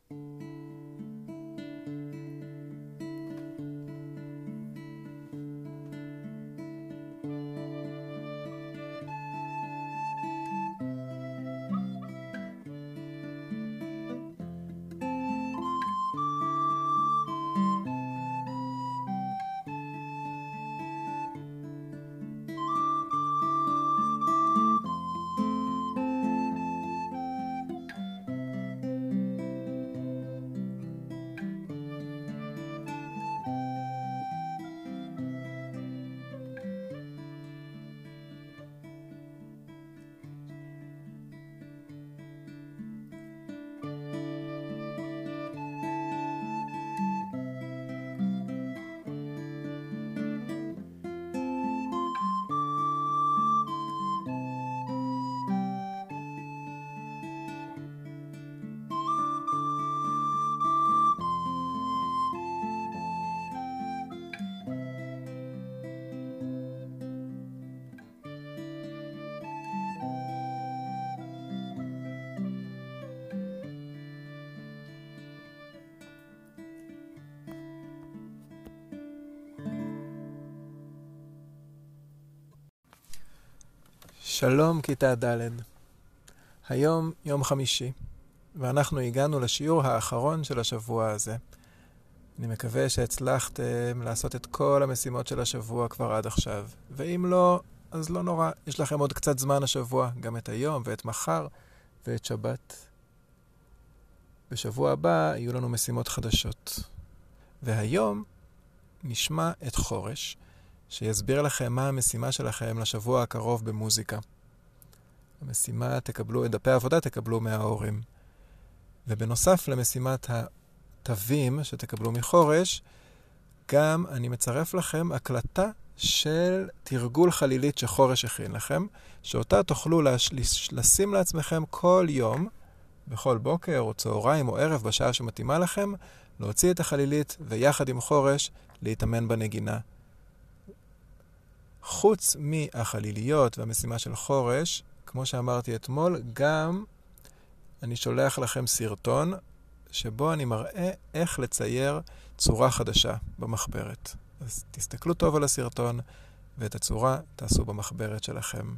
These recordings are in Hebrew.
שלום כיתה ד'. היום יום חמישי, ואנחנו הגענו לשיעור האחרון של השבוע הזה. אני מקווה שהצלחתם לעשות את כל המשימות של השבוע כבר עד עכשיו. ואם לא, אז לא נורא. יש לכם עוד קצת זמן השבוע, גם את היום ואת מחר ואת שבת. בשבוע הבא יהיו לנו משימות חדשות. והיום נשמע את חורש, שיסביר לכם מה המשימה שלכם לשבוע הקרוב במוזיקה. המשימה תקבלו, את דפי העבודה תקבלו מההורים. ובנוסף למשימת התווים שתקבלו מחורש, גם אני מצרף לכם הקלטה של תרגול חלילית שחורש הכין לכם, שאותה תוכלו לשים לעצמכם כל יום, בכל בוקר או צהריים או ערב בשעה שמתאימה לכם, להוציא את החלילית ויחד עם חורש להתאמן בנגינה. חוץ מהחליליות והמשימה של חורש, כמו שאמרתי אתמול, גם אני שולח לכם סרטון שבו אני מראה איך לצייר צורה חדשה במחברת. אז תסתכלו טוב על הסרטון ואת הצורה תעשו במחברת שלכם.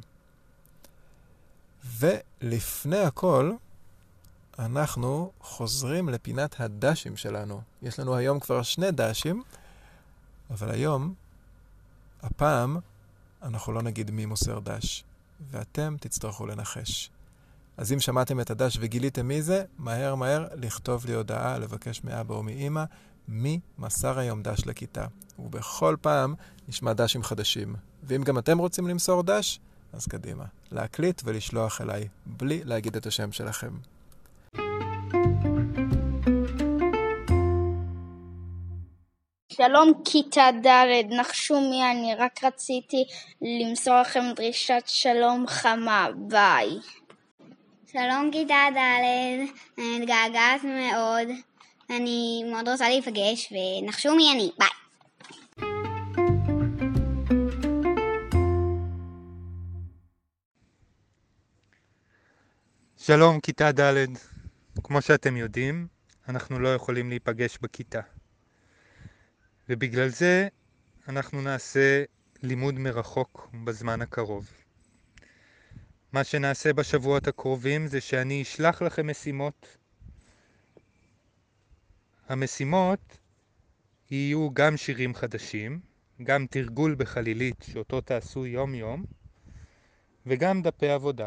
ולפני הכל, אנחנו חוזרים לפינת הדשים שלנו. יש לנו היום כבר 2 דשים, אבל היום, הפעם, אנחנו לא נגיד מי מוסר דש, ואתם תצטרכו לנחש. אז אם שמעתם את הדש וגיליתם מי זה, מהר לכתוב לי הודעה, לבקש מאבא או מאמא, מי מסר היום דש לכיתה. ובכל פעם נשמע דשים חדשים. ואם גם אתם רוצים למסור דש, אז קדימה. להקליט ולשלוח אליי, בלי להגיד את השם שלכם. שלום כיתה ד', נחשו מי אני, רק רציתי למסור לכם דרישת שלום חמה, ביי. שלום כיתה ד', אני מתגעגעת מאוד, אני מאוד רוצה להיפגש ונחשו מי אני, ביי. שלום כיתה ד', כמו שאתם יודעים, אנחנו לא יכולים להיפגש בכיתה. ובגלל זה אנחנו נעשה לימוד מרחוק בזמן הקרוב. מה שנעשה בשבועות הקרובים זה שאני אשלח לכם משימות. המשימות יהיו גם שירים חדשים, גם תרגול בחלילית שאותו תעשו יום יום, וגם דפי עבודה.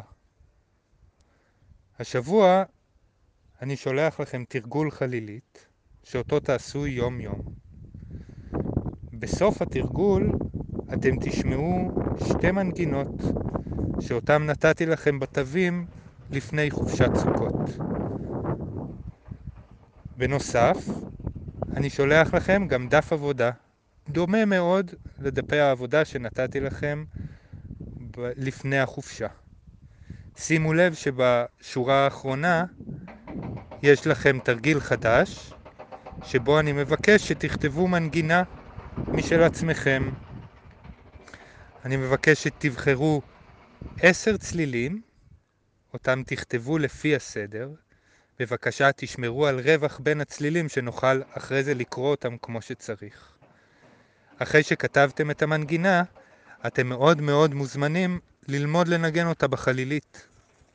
השבוע אני שולח לכם תרגול חלילית שאותו תעשו יום יום. בסוף התרגול אתם תשמעו 2 מנגינות שאותם נתתי לכם בתווים לפני חופשת סוכות. בנוסף, אני שולח לכם גם דף עבודה, דומה מאוד לדפי העבודה שנתתי לכם לפני החופשה. שימו לב שבשורה האחרונה יש לכם תרגיל חדש, שבו אני מבקש שתכתבו מנגינה משל עצמכם. אני מבקש שתבחרו 10 צלילים, אותם תכתבו לפי הסדר, בבקשה תשמרו על רווח בין הצלילים שנוכל אחרי זה לקרוא אותם כמו שצריך. אחרי שכתבתם את המנגינה, אתם מאוד מאוד מוזמנים ללמוד לנגן אותה בחלילית.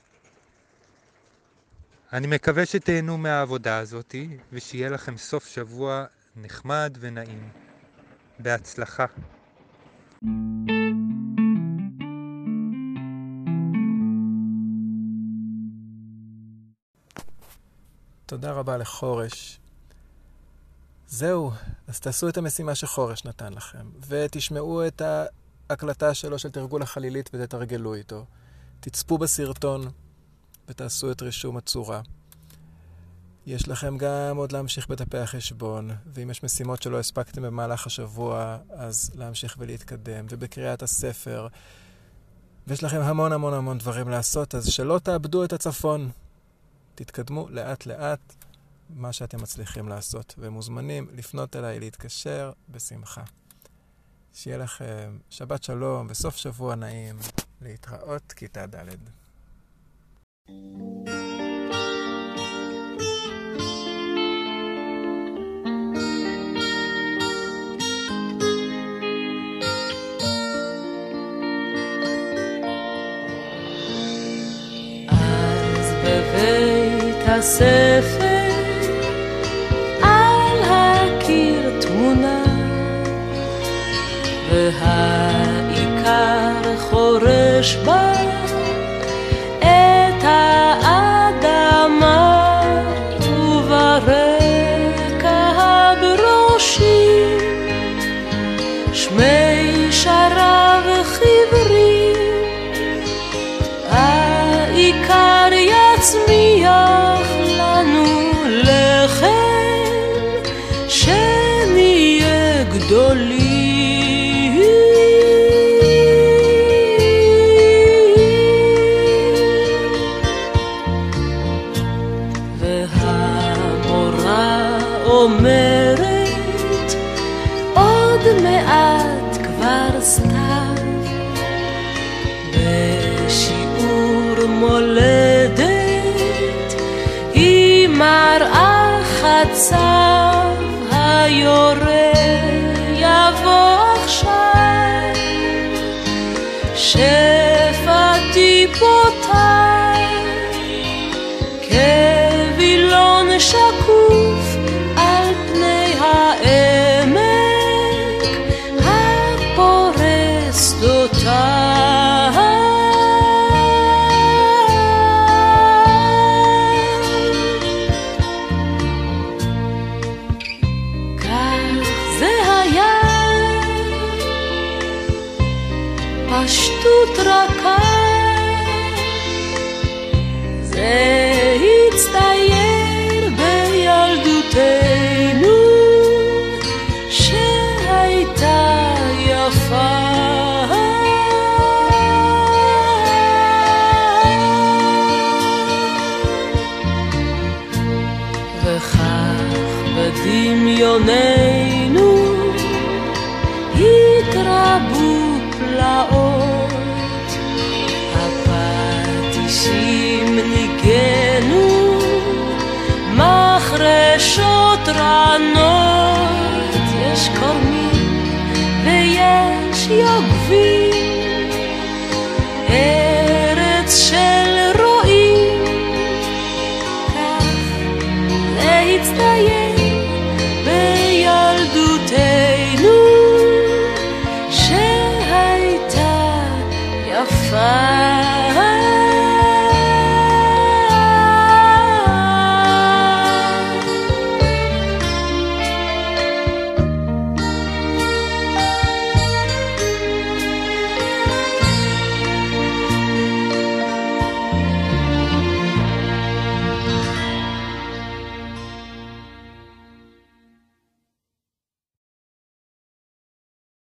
אני מקווה שתהנו מהעבודה הזאת, ושיהיה לכם סוף שבוע נחמד ונעים. בהצלחה. תודה רבה לחורש. זהו, אז תעשו את המשימה שחורש נתן לכם, ותשמעו את ההקלטה שלו של תרגול החלילית ותתרגלו איתו. תצפו בסרטון ותעשו את רישום הצורה. יש לכם גם עוד להמשיך בדפי החשבון, ואם יש משימות שלא הספקתם במהלך השבוע, אז להמשיך ולהתקדם, ובקריאת הספר. ויש לכם המון המון המון דברים לעשות, אז שלא תאבדו את הצפון. תתקדמו לאט לאט מה שאתם מצליחים לעשות, ומוזמנים לפנות אליי, להתקשר בשמחה. שיהיה לכם שבת שלום וסוף שבוע נעים. להתראות כיתה ד'. בבית הספר על הקיר תמונה, והעיקר חורש בה את האדמה, וברקע הברושים שמי שרב חיוורים, העיקר יצמיח לנו לחם שנהיה גדולים. והמורה אומרת עוד מעט כבר סתיו, בשיעור מולדת היא מראה חצב, היורה יבוא עכשיו, שפע טיפותיי כבילון שקוף על פני העמק הפורס דותיי. פשטות רכה, זה הצטייר בילדותנו שהייתה יפה. וכך בדמיוננו התרבו פלאות, הפטישים ניגנו, מחרשות רענות, יש קורמים ויש יוגבים, ארץ של רועים, כך להצטייר